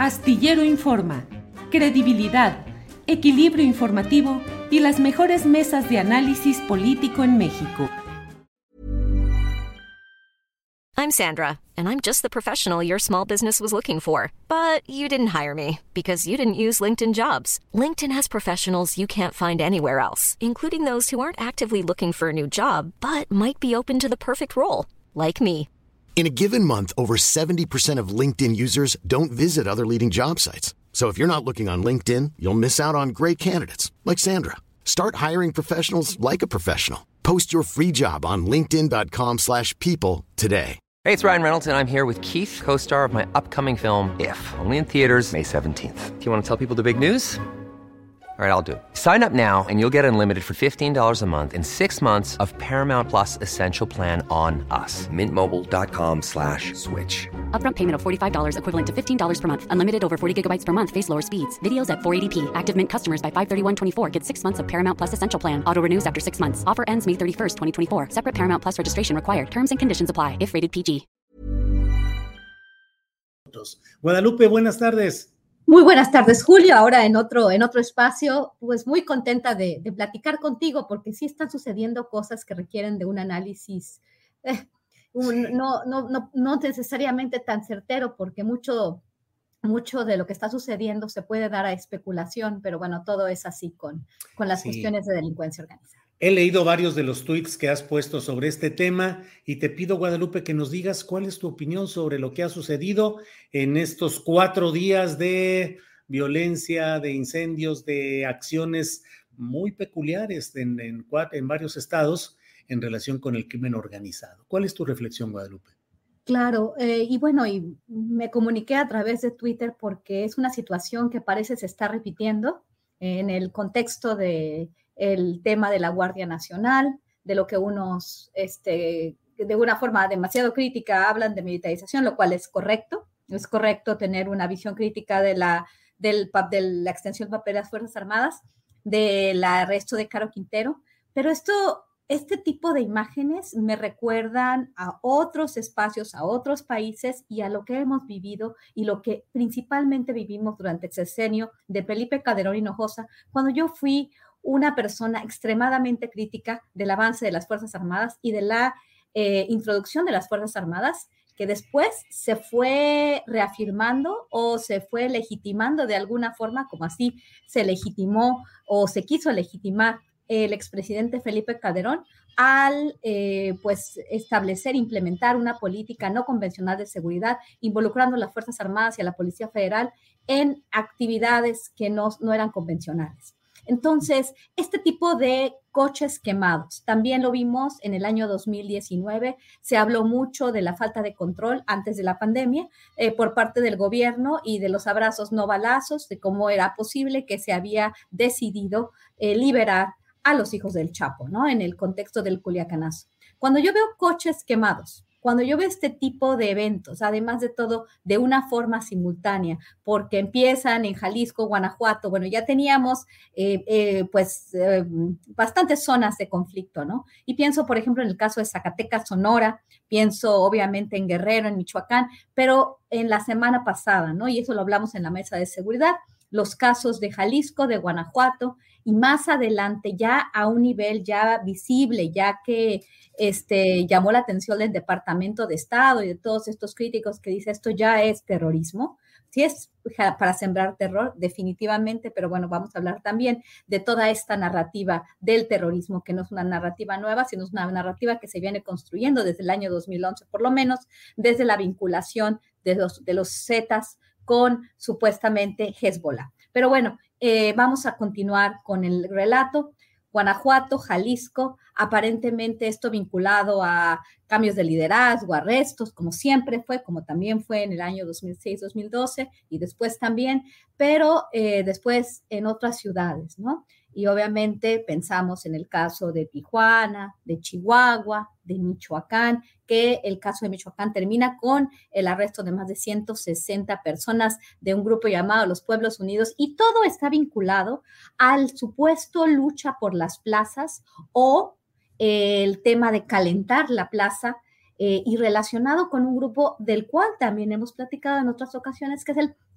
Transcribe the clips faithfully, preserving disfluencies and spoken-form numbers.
Astillero Informa, credibilidad, equilibrio informativo y las mejores mesas de análisis político en México. I'm Sandra, and I'm just the professional your small business was looking for. But you didn't hire me because you didn't use LinkedIn Jobs. LinkedIn has professionals you can't find anywhere else, including those who aren't actively looking for a new job, but might be open to the perfect role, like me. In a given month, over seventy percent of LinkedIn users don't visit other leading job sites. So if you're not looking on LinkedIn, you'll miss out on great candidates like Sandra. Start hiring professionals like a professional. Post your free job on linkedin.com slash people today. Hey, it's Ryan Reynolds, and I'm here with Keith, co-star of my upcoming film, If, only in theaters May seventeenth. Do you want to tell people the big news? All right, I'll do it. Sign up now and you'll get unlimited for fifteen dollars a month and six months of Paramount Plus Essential Plan on us. Mint Mobile dot com slash switch. Upfront payment of forty-five dollars equivalent to fifteen dollars per month. Unlimited over forty gigabytes per month. Face lower speeds. Videos at four eighty p. Active Mint customers by five thirty-one twenty-four get six months of Paramount Plus Essential Plan. Auto renews after six months. Offer ends May thirty-first, twenty twenty-four. Separate Paramount Plus registration required. Terms and conditions apply if rated P G. Guadalupe, buenas tardes. Muy buenas tardes, Julio. Ahora en otro, en otro espacio, pues muy contenta de, de platicar contigo porque sí están sucediendo cosas que requieren de un análisis eh, un, no, no, no, no necesariamente tan certero porque mucho, mucho de lo que está sucediendo se puede dar a especulación, pero bueno, todo es así con, con las sí. cuestiones de delincuencia organizada. He leído varios de los tweets que has puesto sobre este tema y te pido, Guadalupe, que nos digas cuál es tu opinión sobre lo que ha sucedido en estos cuatro días de violencia, de incendios, de acciones muy peculiares en, en, en varios estados en relación con el crimen organizado. ¿Cuál es tu reflexión, Guadalupe? Claro, eh, y bueno, y me comuniqué a través de Twitter porque es una situación que parece se está repitiendo en el contexto de el tema de la Guardia Nacional, de lo que unos, este, de una forma demasiado crítica hablan de militarización, lo cual es correcto. Es correcto tener una visión crítica de la, del, de la extensión del papel de las Fuerzas Armadas, del arresto de Caro Quintero, pero esto, este tipo de imágenes me recuerdan a otros espacios, a otros países y a lo que hemos vivido y lo que principalmente vivimos durante el sexenio de Felipe Calderón Hinojosa, cuando yo fui una persona extremadamente crítica del avance de las Fuerzas Armadas y de la eh, introducción de las Fuerzas Armadas, que después se fue reafirmando o se fue legitimando de alguna forma, como así se legitimó o se quiso legitimar el expresidente Felipe Calderón al eh, pues establecer, implementar una política no convencional de seguridad, involucrando a las Fuerzas Armadas y a la Policía Federal en actividades que no, no eran convencionales. Entonces, este tipo de coches quemados, también lo vimos en el año dos mil diecinueve, se habló mucho de la falta de control antes de la pandemia eh, por parte del gobierno y de los abrazos no balazos, de cómo era posible que se había decidido eh, liberar a los hijos del Chapo, ¿no? En el contexto del Culiacanazo. Cuando yo veo coches quemados, cuando yo veo este tipo de eventos, además de todo, de una forma simultánea, porque empiezan en Jalisco, Guanajuato, bueno, ya teníamos eh, eh, pues eh, bastantes zonas de conflicto, ¿no? Y pienso, por ejemplo, en el caso de Zacatecas, Sonora, pienso obviamente en Guerrero, en Michoacán, pero en la semana pasada, ¿no? Y eso lo hablamos en la mesa de seguridad, los casos de Jalisco, de Guanajuato, y más adelante ya a un nivel ya visible, ya que este, llamó la atención del Departamento de Estado y de todos estos críticos que dice esto ya es terrorismo. Sí es para sembrar terror, definitivamente, pero bueno, vamos a hablar también de toda esta narrativa del terrorismo, que no es una narrativa nueva, sino es una narrativa que se viene construyendo desde el año dos mil once, por lo menos, desde la vinculación de los, de los Zetas con supuestamente Hezbollah. Pero bueno, eh, vamos a continuar con el relato. Guanajuato, Jalisco, aparentemente esto vinculado a cambios de liderazgo, arrestos, como siempre fue, como también fue en el año dos mil seis, dos mil doce y después también, pero eh, después en otras ciudades, ¿no? Y obviamente pensamos en el caso de Tijuana, de Chihuahua, de Michoacán, que el caso de Michoacán termina con el arresto de más de ciento sesenta personas de un grupo llamado Los Pueblos Unidos, y todo está vinculado al supuesto lucha por las plazas o eh, el tema de calentar la plaza eh, y relacionado con un grupo del cual también hemos platicado en otras ocasiones, que es el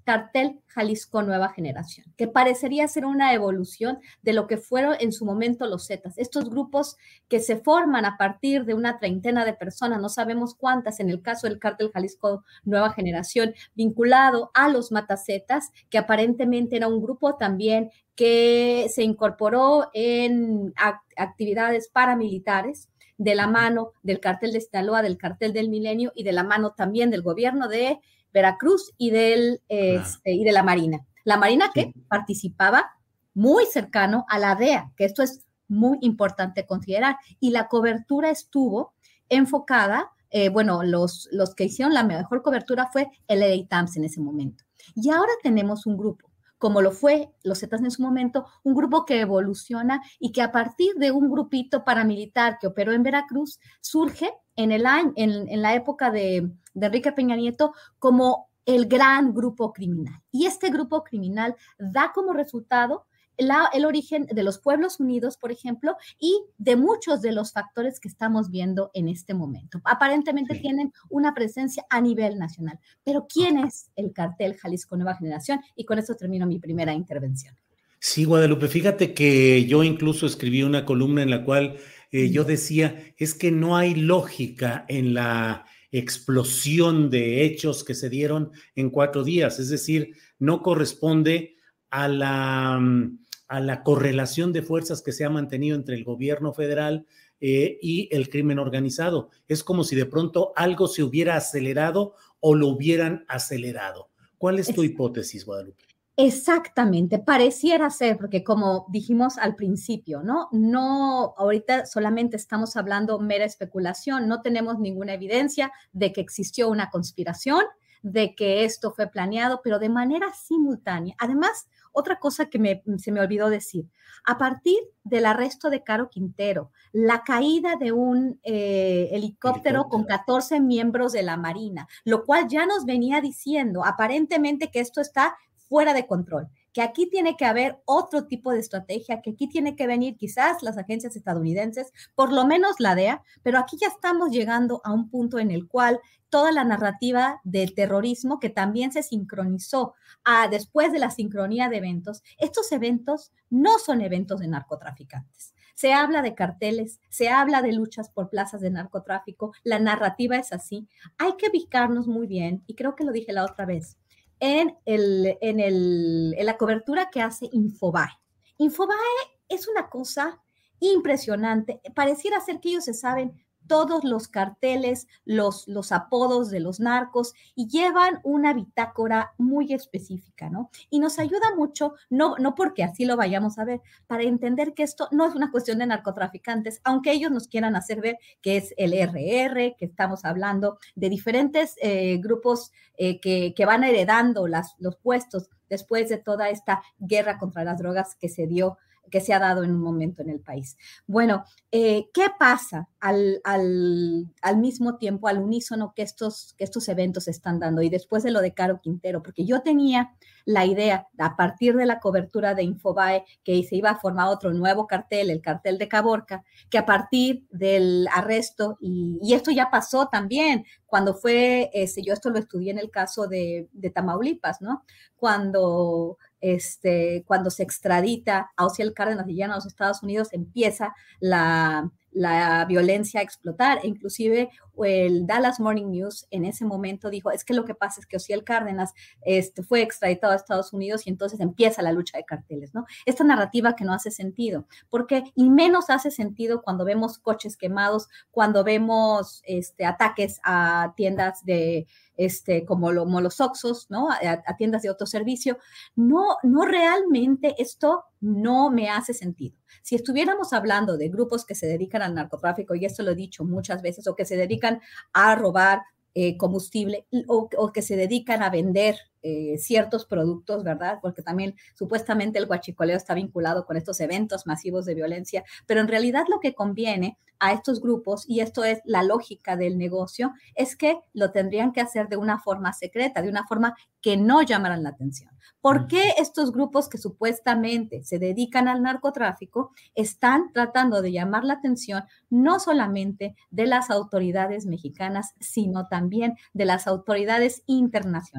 Cartel Jalisco Nueva Generación, que parecería ser una evolución de lo que fueron en su momento los Zetas, estos grupos que se forman a partir de una treintena de personas, no sabemos cuántas, en el caso del Cartel Jalisco Nueva Generación, vinculado a los Matazetas, que aparentemente era un grupo también que se incorporó en act- actividades paramilitares, de la mano del Cartel de Sinaloa, del Cartel del Milenio y de la mano también del gobierno de Veracruz y, del, este, claro. y de la Marina. La Marina sí. que participaba muy cercano a la D E A, que esto es muy importante considerar. Y la cobertura estuvo enfocada, eh, bueno, los, los que hicieron la mejor cobertura fue el L A Times en ese momento. Y ahora tenemos un grupo, como lo fue los Zetas en su momento, un grupo que evoluciona y que a partir de un grupito paramilitar que operó en Veracruz, surge en, el año, en, en la época de, de Enrique Peña Nieto como el gran grupo criminal. Y este grupo criminal da como resultado la, el origen de los Pueblos Unidos, por ejemplo, y de muchos de los factores que estamos viendo en este momento. Aparentemente sí. tienen una presencia a nivel nacional. Pero ¿quién es el Cartel Jalisco Nueva Generación? Y con eso termino mi primera intervención. Sí, Guadalupe, fíjate que yo incluso escribí una columna en la cual eh, yo decía, es que no hay lógica en la explosión de hechos que se dieron en cuatro días, es decir, no corresponde a la, a la correlación de fuerzas que se ha mantenido entre el gobierno federal eh, y el crimen organizado. Es como si de pronto algo se hubiera acelerado o lo hubieran acelerado. ¿Cuál es tu hipótesis, Guadalupe? Exactamente, pareciera ser, porque como dijimos al principio, ¿no? No, ahorita solamente estamos hablando mera especulación, no tenemos ninguna evidencia de que existió una conspiración, de que esto fue planeado, pero de manera simultánea. Además, otra cosa que me, se me olvidó decir, a partir del arresto de Caro Quintero, la caída de un eh, helicóptero, helicóptero con catorce miembros de la Marina, lo cual ya nos venía diciendo aparentemente que esto está fuera de control, que aquí tiene que haber otro tipo de estrategia, que aquí tiene que venir quizás las agencias estadounidenses, por lo menos la D E A, pero aquí ya estamos llegando a un punto en el cual toda la narrativa del terrorismo, que también se sincronizó a, después de la sincronía de eventos, estos eventos no son eventos de narcotraficantes. Se habla de carteles, se habla de luchas por plazas de narcotráfico, la narrativa es así. Hay que ubicarnos muy bien, y creo que lo dije la otra vez, En, el, en, el, en la cobertura que hace Infobae. Infobae es una cosa impresionante. Pareciera ser que ellos se saben todos los carteles, los, los apodos de los narcos y llevan una bitácora muy específica, ¿no? Y nos ayuda mucho, no, no porque así lo vayamos a ver, para entender que esto no es una cuestión de narcotraficantes, aunque ellos nos quieran hacer ver que es el R R, que estamos hablando de diferentes eh, grupos eh, que, que van heredando las, los puestos después de toda esta guerra contra las drogas que se dio que se ha dado en un momento en el país. Bueno, eh, ¿qué pasa al, al, al mismo tiempo, al unísono que estos, que estos eventos se están dando? Y después de lo de Caro Quintero, porque yo tenía la idea, a partir de la cobertura de Infobae, que se iba a formar otro nuevo cartel, el cartel de Caborca, que a partir del arresto, y, y esto ya pasó también, cuando fue, eh, yo esto lo estudié en el caso de, de Tamaulipas, ¿no? Cuando... Este, cuando se extradita a Ociel Cárdenas Illán a los Estados Unidos, empieza la, la violencia a explotar. E inclusive el Dallas Morning News en ese momento dijo, es que lo que pasa es que Ociel Cárdenas este, fue extraditado a Estados Unidos y entonces empieza la lucha de carteles, ¿no? Esta narrativa que no hace sentido, porque y menos hace sentido cuando vemos coches quemados, cuando vemos este, ataques a tiendas de Este, como, lo, como los Oxxos, ¿no? A, a tiendas de autoservicio. No, no realmente esto no me hace sentido. Si estuviéramos hablando de grupos que se dedican al narcotráfico, y esto lo he dicho muchas veces, o que se dedican a robar eh, combustible, o, o que se dedican a vender eh, ciertos productos, ¿verdad? Porque también supuestamente el huachicoleo está vinculado con estos eventos masivos de violencia, pero en realidad lo que conviene a estos grupos, y esto es la lógica del negocio, es que lo tendrían que hacer de una forma secreta, de una forma que no llamaran la atención. ¿Por qué estos grupos que supuestamente se dedican al narcotráfico están tratando de llamar la atención no solamente de las autoridades mexicanas, sino también de las autoridades internacionales?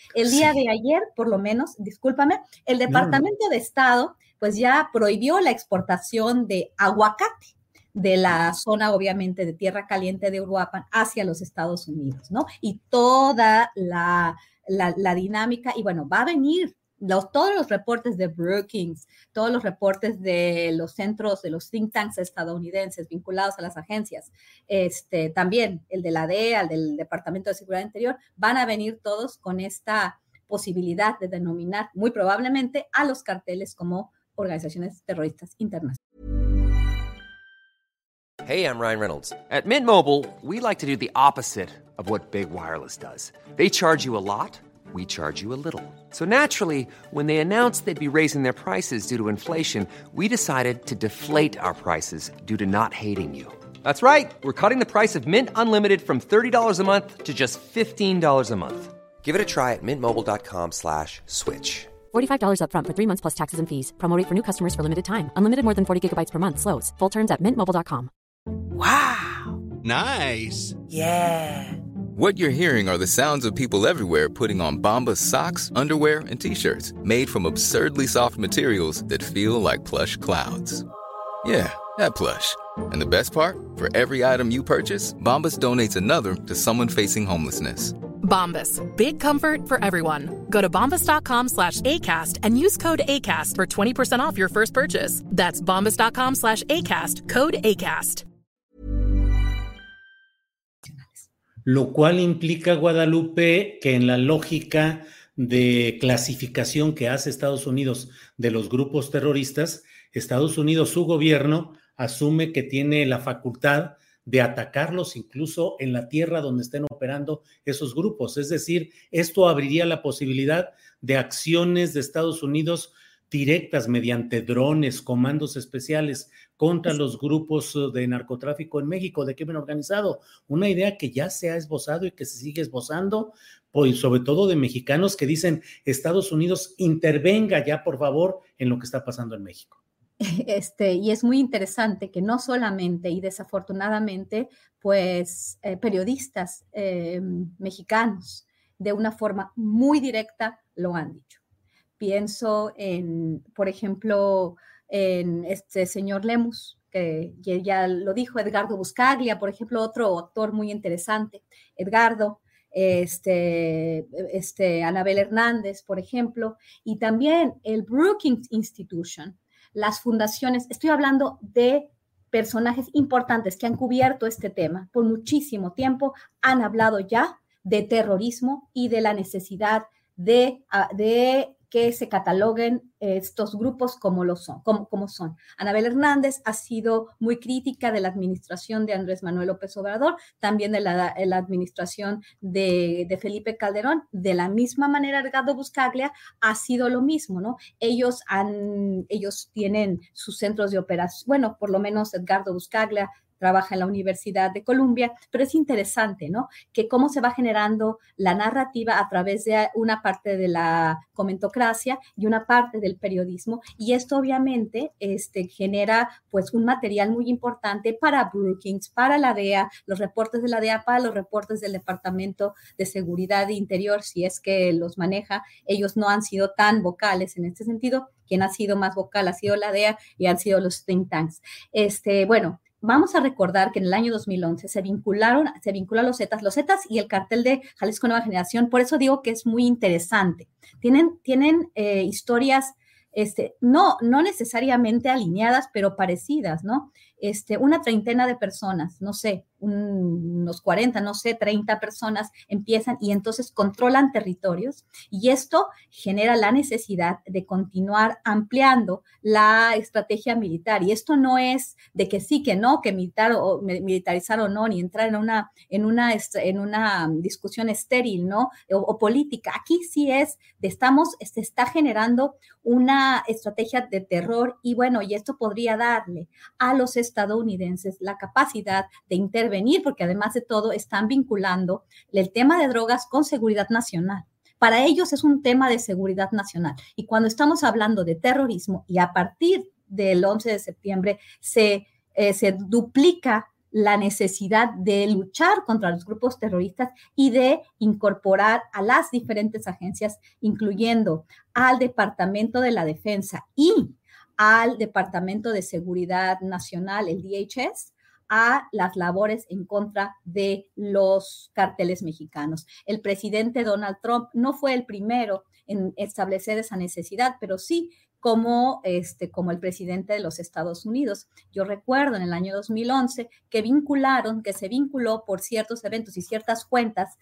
El día sí. de ayer, por lo menos, discúlpame, el Departamento no. de Estado pues ya prohibió la exportación de aguacate de la zona, obviamente, de Tierra Caliente de Uruapan hacia los Estados Unidos, ¿no? Y toda la, la, la dinámica, y bueno, va a venir los, todos los reportes de Brookings, todos los reportes de los centros, de los think tanks estadounidenses vinculados a las agencias, este, también el de la D E A, el del Departamento de Seguridad Interior, van a venir todos con esta posibilidad de denominar muy probablemente a los carteles como organizaciones terroristas internacionales. Hey, I'm Ryan Reynolds. At Mint Mobile, we like to do the opposite of what Big Wireless does. They charge you a lot, we charge you a little. So naturally, when they announced they'd be raising their prices due to inflation, we decided to deflate our prices due to not hating you. That's right. We're cutting the price of Mint Unlimited from thirty dollars a month to just fifteen dollars a month. Give it a try at mintmobile.com slash switch. forty-five dollars up front for three months plus taxes and fees. Promo rate for new customers for limited time. Unlimited more than forty gigabytes per month. Slows full terms at mint mobile dot com. Wow. Nice. Yeah. What you're hearing are the sounds of people everywhere putting on Bombas socks, underwear, and T-shirts made from absurdly soft materials that feel like plush clouds. Yeah, that plush. And the best part? For every item you purchase, Bombas donates another to someone facing homelessness. Bombas. Big comfort for everyone. Go to bombas.com slash ACAST and use code ACAST for twenty percent off your first purchase. That's bombas.com slash ACAST. Code ACAST. Lo cual implica, Guadalupe, que en la lógica de clasificación que hace Estados Unidos de los grupos terroristas, Estados Unidos, su gobierno, asume que tiene la facultad de atacarlos incluso en la tierra donde estén operando esos grupos. Es decir, esto abriría la posibilidad de acciones de Estados Unidos directas mediante drones, comandos especiales contra los grupos de narcotráfico en México, de crimen organizado. Una idea que ya se ha esbozado y que se sigue esbozando, pues, sobre todo de mexicanos que dicen, Estados Unidos intervenga ya, por favor, en lo que está pasando en México. Este, y es muy interesante que no solamente y desafortunadamente, pues eh, periodistas eh, mexicanos de una forma muy directa lo han dicho. Pienso en, por ejemplo, en este señor Lemus, que ya lo dijo, Edgardo Buscaglia, por ejemplo, otro actor muy interesante, Edgardo, este, este, Anabel Hernández, por ejemplo, y también el Brookings Institution, las fundaciones, estoy hablando de personajes importantes que han cubierto este tema por muchísimo tiempo, han hablado ya de terrorismo y de la necesidad de, de que se cataloguen estos grupos como lo son, como, como son. Anabel Hernández ha sido muy crítica de la administración de Andrés Manuel López Obrador, también de la, de la administración de, de Felipe Calderón. De la misma manera, Edgardo Buscaglia ha sido lo mismo, ¿no? Ellos, han, ellos tienen sus centros de operación, bueno, por lo menos Edgardo Buscaglia trabaja en la Universidad de Columbia, pero es interesante, ¿no? Que cómo se va generando la narrativa a través de una parte de la comentocracia y una parte del periodismo, y esto obviamente este, genera pues un material muy importante para Brookings, para la D E A, los reportes de la D E A, para los reportes del Departamento de Seguridad Interior, si es que los maneja. Ellos no han sido tan vocales en este sentido. Quien ha sido más vocal ha sido la D E A y han sido los think tanks. Este, bueno, vamos a recordar que en el año dos mil once se vincularon, se vinculan los Zetas, los Zetas y el cartel de Jalisco Nueva Generación. Por eso digo que es muy interesante. Tienen, tienen eh, historias, este, no, no necesariamente alineadas, pero parecidas, ¿no? Este, una treintena de personas, no sé, un, unos cuarenta, no sé, treinta personas empiezan y entonces controlan territorios, y esto genera la necesidad de continuar ampliando la estrategia militar. Y esto no es de que sí, que no, que militar o militarizar o no, ni entrar en una, en una, en una discusión estéril, ¿no? O, o política. Aquí sí es, de estamos, se está generando una estrategia de terror, y bueno, y esto podría darle a los estadounidenses la capacidad de intervenir, porque además de todo están vinculando el tema de drogas con seguridad nacional. Para ellos es un tema de seguridad nacional. Y cuando estamos hablando de terrorismo y a partir del once de septiembre se, eh, se duplica la necesidad de luchar contra los grupos terroristas y de incorporar a las diferentes agencias, incluyendo al Departamento de la Defensa y al Departamento de Seguridad Nacional, el D H S, a las labores en contra de los carteles mexicanos. El presidente Donald Trump no fue el primero en establecer esa necesidad, pero sí como, este, como el presidente de los Estados Unidos. Yo recuerdo en el año dos mil once que vincularon, que se vinculó por ciertos eventos y ciertas cuentas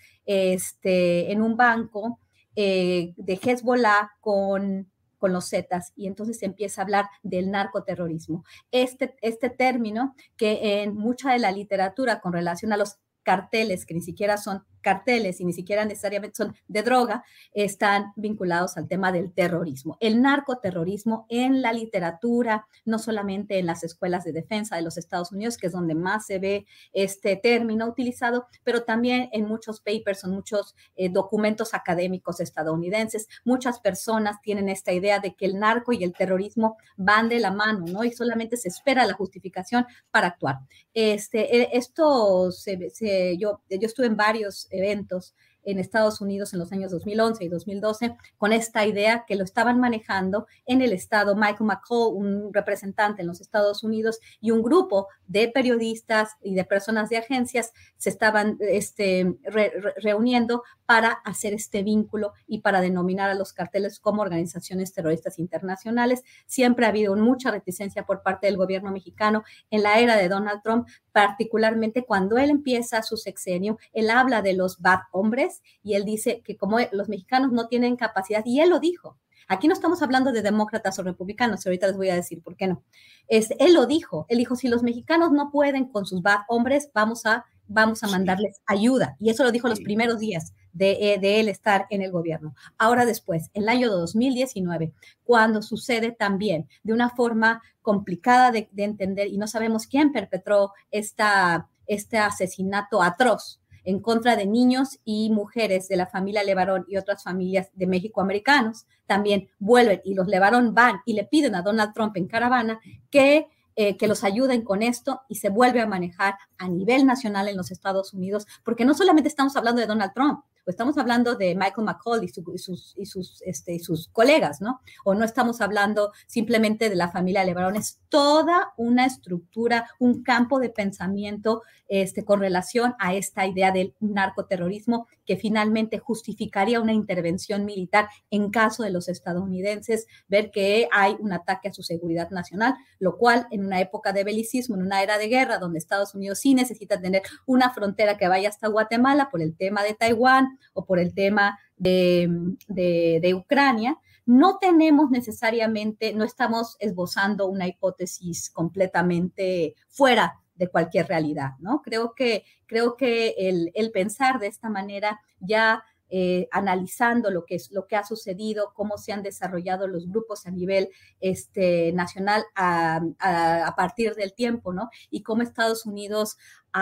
este, en un banco eh, de Hezbollah con, con los Zetas, y entonces se empieza a hablar del narcoterrorismo. Este, este término que en mucha de la literatura con relación a los carteles, que ni siquiera son carteles y ni siquiera necesariamente son de droga, están vinculados al tema del terrorismo. El narcoterrorismo en la literatura, no solamente en las escuelas de defensa de los Estados Unidos, que es donde más se ve este término utilizado, pero también en muchos papers, en muchos eh, documentos académicos estadounidenses. Muchas personas tienen esta idea de que el narco y el terrorismo van de la mano, ¿no? Y solamente se espera la justificación para actuar. Este, esto, se, se, yo, yo estuve en varios eventos en Estados Unidos en los años dos mil once y dos mil doce con esta idea que lo estaban manejando en el estado Michael McCall, un representante en los Estados Unidos, y un grupo de periodistas y de personas de agencias se estaban este, re, re, reuniendo para hacer este vínculo y para denominar a los carteles como organizaciones terroristas internacionales. Siempre ha habido mucha reticencia por parte del gobierno mexicano en la era de Donald Trump, particularmente cuando él empieza su sexenio. Él habla de los bad hombres y él dice que como los mexicanos no tienen capacidad, y él lo dijo. Aquí no estamos hablando de demócratas o republicanos, ahorita les voy a decir por qué no. Es, él lo dijo, él dijo, si los mexicanos no pueden con sus bad hombres, vamos a, vamos a mandarles ayuda. Y eso lo dijo los primeros días de, de él estar en el gobierno. Ahora después, en el año dos mil diecinueve, cuando sucede también de una forma complicada de, de entender y no sabemos quién perpetró esta, este asesinato atroz en contra de niños y mujeres de la familia Levarón y otras familias de México-americanos, también vuelven y los Levarón van y le piden a Donald Trump en caravana que, eh, que los ayuden con esto, y se vuelve a manejar a nivel nacional en los Estados Unidos, porque no solamente estamos hablando de Donald Trump, o estamos hablando de Michael McCall y, su, y, sus, y, sus, este, y sus colegas, ¿no? O no estamos hablando simplemente de la familia Levarón, es toda una estructura, un campo de pensamiento este, con relación a esta idea del narcoterrorismo que finalmente justificaría una intervención militar en caso de los estadounidenses ver que hay un ataque a su seguridad nacional, lo cual en una época de belicismo, en una era de guerra, donde Estados Unidos sí necesita tener una frontera que vaya hasta Guatemala por el tema de Taiwán o por el tema de, de, de Ucrania, no tenemos necesariamente, no estamos esbozando una hipótesis completamente fuera de cualquier realidad, ¿no? Creo que, creo que el, el pensar de esta manera, ya eh, analizando lo que, es, lo que ha sucedido, cómo se han desarrollado los grupos a nivel este, nacional a, a, a partir del tiempo, ¿no? Y cómo Estados Unidos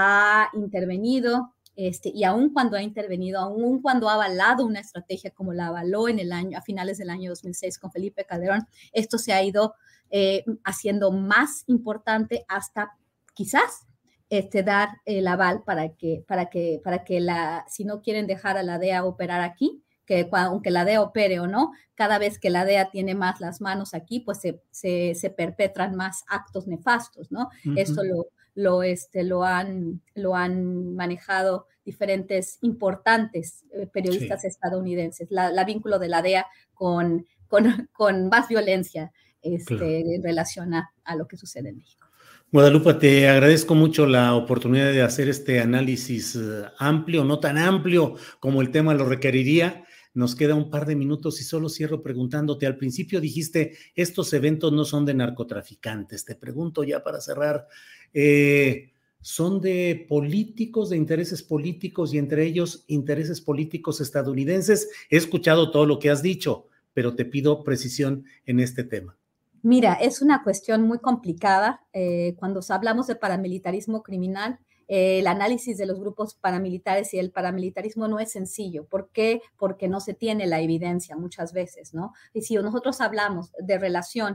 ha intervenido, Este, y aun cuando ha intervenido, aun cuando ha avalado una estrategia como la avaló en el año, a finales del año dos mil seis con Felipe Calderón, esto se ha ido eh, haciendo más importante hasta quizás este, dar el aval para que, para que, para que la, si no quieren dejar a la D E A operar aquí, que aunque la D E A opere o no, cada vez que la D E A tiene más las manos aquí, pues se, se, se perpetran más actos nefastos, ¿no? Uh-huh. Esto lo Lo, este, lo, han, lo han manejado diferentes importantes eh, periodistas sí. estadounidenses, la, la vínculo de la D E A con, con, con más violencia este, claro. en relación a, a lo que sucede en México. Guadalupe, te agradezco mucho la oportunidad de hacer este análisis uh, amplio, no tan amplio como el tema lo requeriría. Nos queda un par de minutos y solo cierro preguntándote, al principio dijiste, estos eventos no son de narcotraficantes. Te pregunto ya para cerrar, eh, ¿son de políticos, de intereses políticos y entre ellos intereses políticos estadounidenses? He escuchado todo lo que has dicho, pero te pido precisión en este tema. Mira, es una cuestión muy complicada. Eh, cuando hablamos de paramilitarismo criminal, Eh, el análisis de los grupos paramilitares y el paramilitarismo no es sencillo. ¿Por qué? Porque no se tiene la evidencia muchas veces, ¿no? Y si nosotros hablamos de relación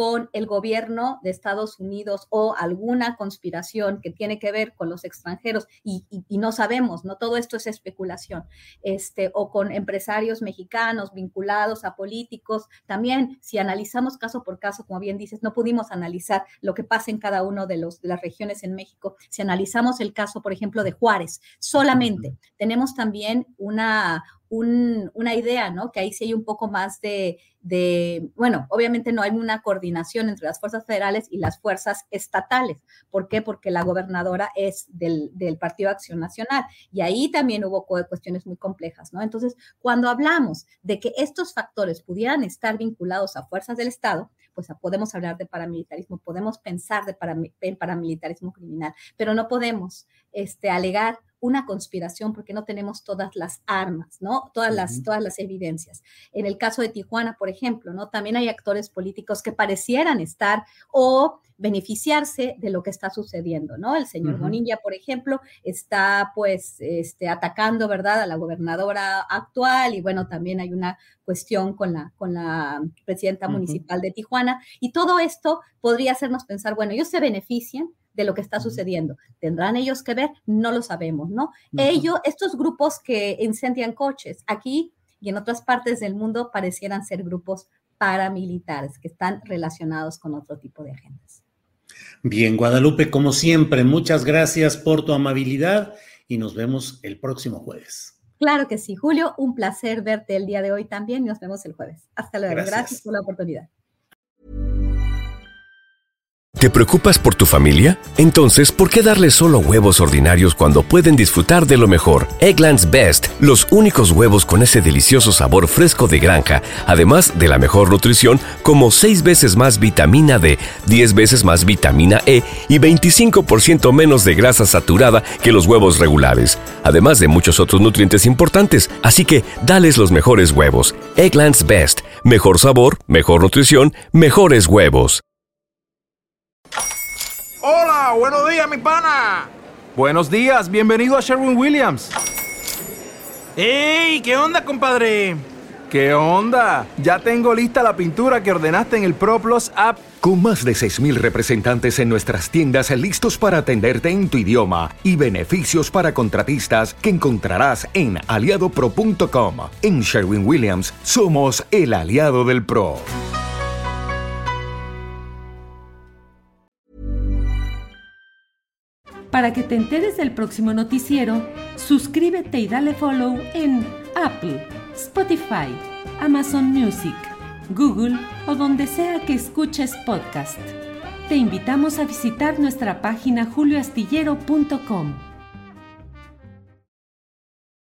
con el gobierno de Estados Unidos o alguna conspiración que tiene que ver con los extranjeros y, y, y no sabemos, ¿no? Todo esto es especulación, este, o con empresarios mexicanos vinculados a políticos. También, si analizamos caso por caso, como bien dices, no pudimos analizar lo que pasa en cada uno de, los, de las regiones en México. Si analizamos el caso, por ejemplo, de Juárez, solamente tenemos también una... Un, una idea, ¿no? Que ahí sí hay un poco más de, de, bueno, obviamente no hay una coordinación entre las fuerzas federales y las fuerzas estatales. ¿Por qué? Porque la gobernadora es del, del Partido Acción Nacional y ahí también hubo cuestiones muy complejas, ¿no? Entonces, cuando hablamos de que estos factores pudieran estar vinculados a fuerzas del Estado, pues podemos hablar de paramilitarismo, podemos pensar de param- paramilitarismo criminal, pero no podemos este, alegar una conspiración porque no tenemos todas las armas, ¿no? Todas las, uh-huh. todas las evidencias. En el caso de Tijuana, por ejemplo, ¿no? También hay actores políticos que parecieran estar o beneficiarse de lo que está sucediendo, ¿no? El señor uh-huh. Bonilla, por ejemplo, está pues este, atacando, ¿verdad?, a la gobernadora actual y bueno, también hay una cuestión con la, con la presidenta uh-huh. municipal de Tijuana y todo esto podría hacernos pensar, bueno, ellos se benefician de lo que está sucediendo. ¿Tendrán ellos que ver? No lo sabemos, ¿no? Uh-huh. Ellos, estos grupos que incendian coches, aquí y en otras partes del mundo parecieran ser grupos paramilitares que están relacionados con otro tipo de agendas. Bien, Guadalupe, como siempre, muchas gracias por tu amabilidad y nos vemos el próximo jueves. Claro que sí, Julio, un placer verte el día de hoy también y nos vemos el jueves. Hasta luego, gracias, gracias por la oportunidad. ¿Te preocupas por tu familia? Entonces, ¿por qué darles solo huevos ordinarios cuando pueden disfrutar de lo mejor? Eggland's Best, los únicos huevos con ese delicioso sabor fresco de granja, además de la mejor nutrición, como seis veces más vitamina D, diez veces más vitamina E y veinticinco por ciento menos de grasa saturada que los huevos regulares, además de muchos otros nutrientes importantes. Así que, dales los mejores huevos. Eggland's Best, mejor sabor, mejor nutrición, mejores huevos. ¡Hola! ¡Buenos días, mi pana! Buenos días, bienvenido a Sherwin-Williams. ¡Ey! ¿Qué onda, compadre? ¿Qué onda? Ya tengo lista la pintura que ordenaste en el ProPlus app. Con más de seis mil representantes en nuestras tiendas listos para atenderte en tu idioma y beneficios para contratistas que encontrarás en aliado pro punto com. En Sherwin-Williams somos el aliado del pro. Para que te enteres del próximo noticiero, suscríbete y dale follow en Apple, Spotify, Amazon Music, Google o donde sea que escuches podcast. Te invitamos a visitar nuestra página julio astillero punto com.